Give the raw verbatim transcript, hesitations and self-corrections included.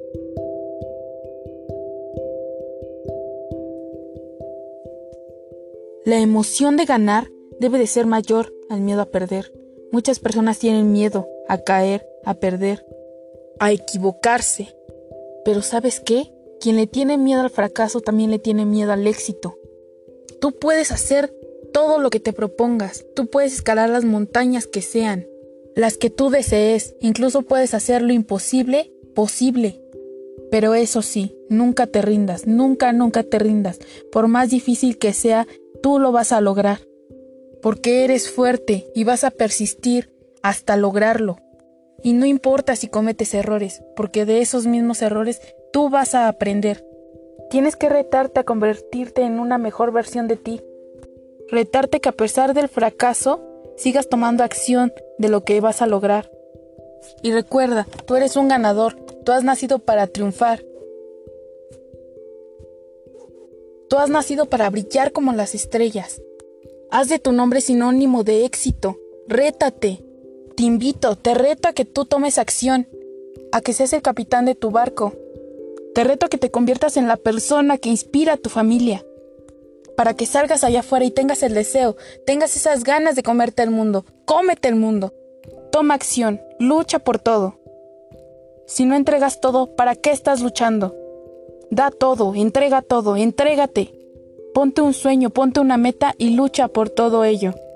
La emoción de ganar debe de ser mayor al miedo a perder. Muchas personas tienen miedo a caer, a perder, a equivocarse. Pero ¿sabes qué? Quien le tiene miedo al fracaso también le tiene miedo al éxito. Tú puedes hacer todo lo que te propongas. Tú puedes escalar las montañas que sean, las que tú desees. Incluso puedes hacer lo imposible posible. Pero eso sí, nunca te rindas, nunca, nunca te rindas. Por más difícil que sea, tú lo vas a lograr. Porque eres fuerte y vas a persistir hasta lograrlo. Y no importa si cometes errores, porque de esos mismos errores tú vas a aprender. Tienes que retarte a convertirte en una mejor versión de ti. Retarte que a pesar del fracaso, sigas tomando acción de lo que vas a lograr. Y recuerda, tú eres un ganador, tú has nacido para triunfar. Tú has nacido para brillar como las estrellas. Haz de tu nombre sinónimo de éxito. Rétate. Te invito, te reto a que tú tomes acción, a que seas el capitán de tu barco. Te reto a que te conviertas en la persona que inspira a tu familia, para que salgas allá afuera y tengas el deseo, tengas esas ganas de comerte el mundo. Cómete el mundo. Toma acción, lucha por todo. Si no entregas todo, ¿para qué estás luchando? Da todo, entrega todo, entrégate. Ponte un sueño, ponte una meta y lucha por todo ello.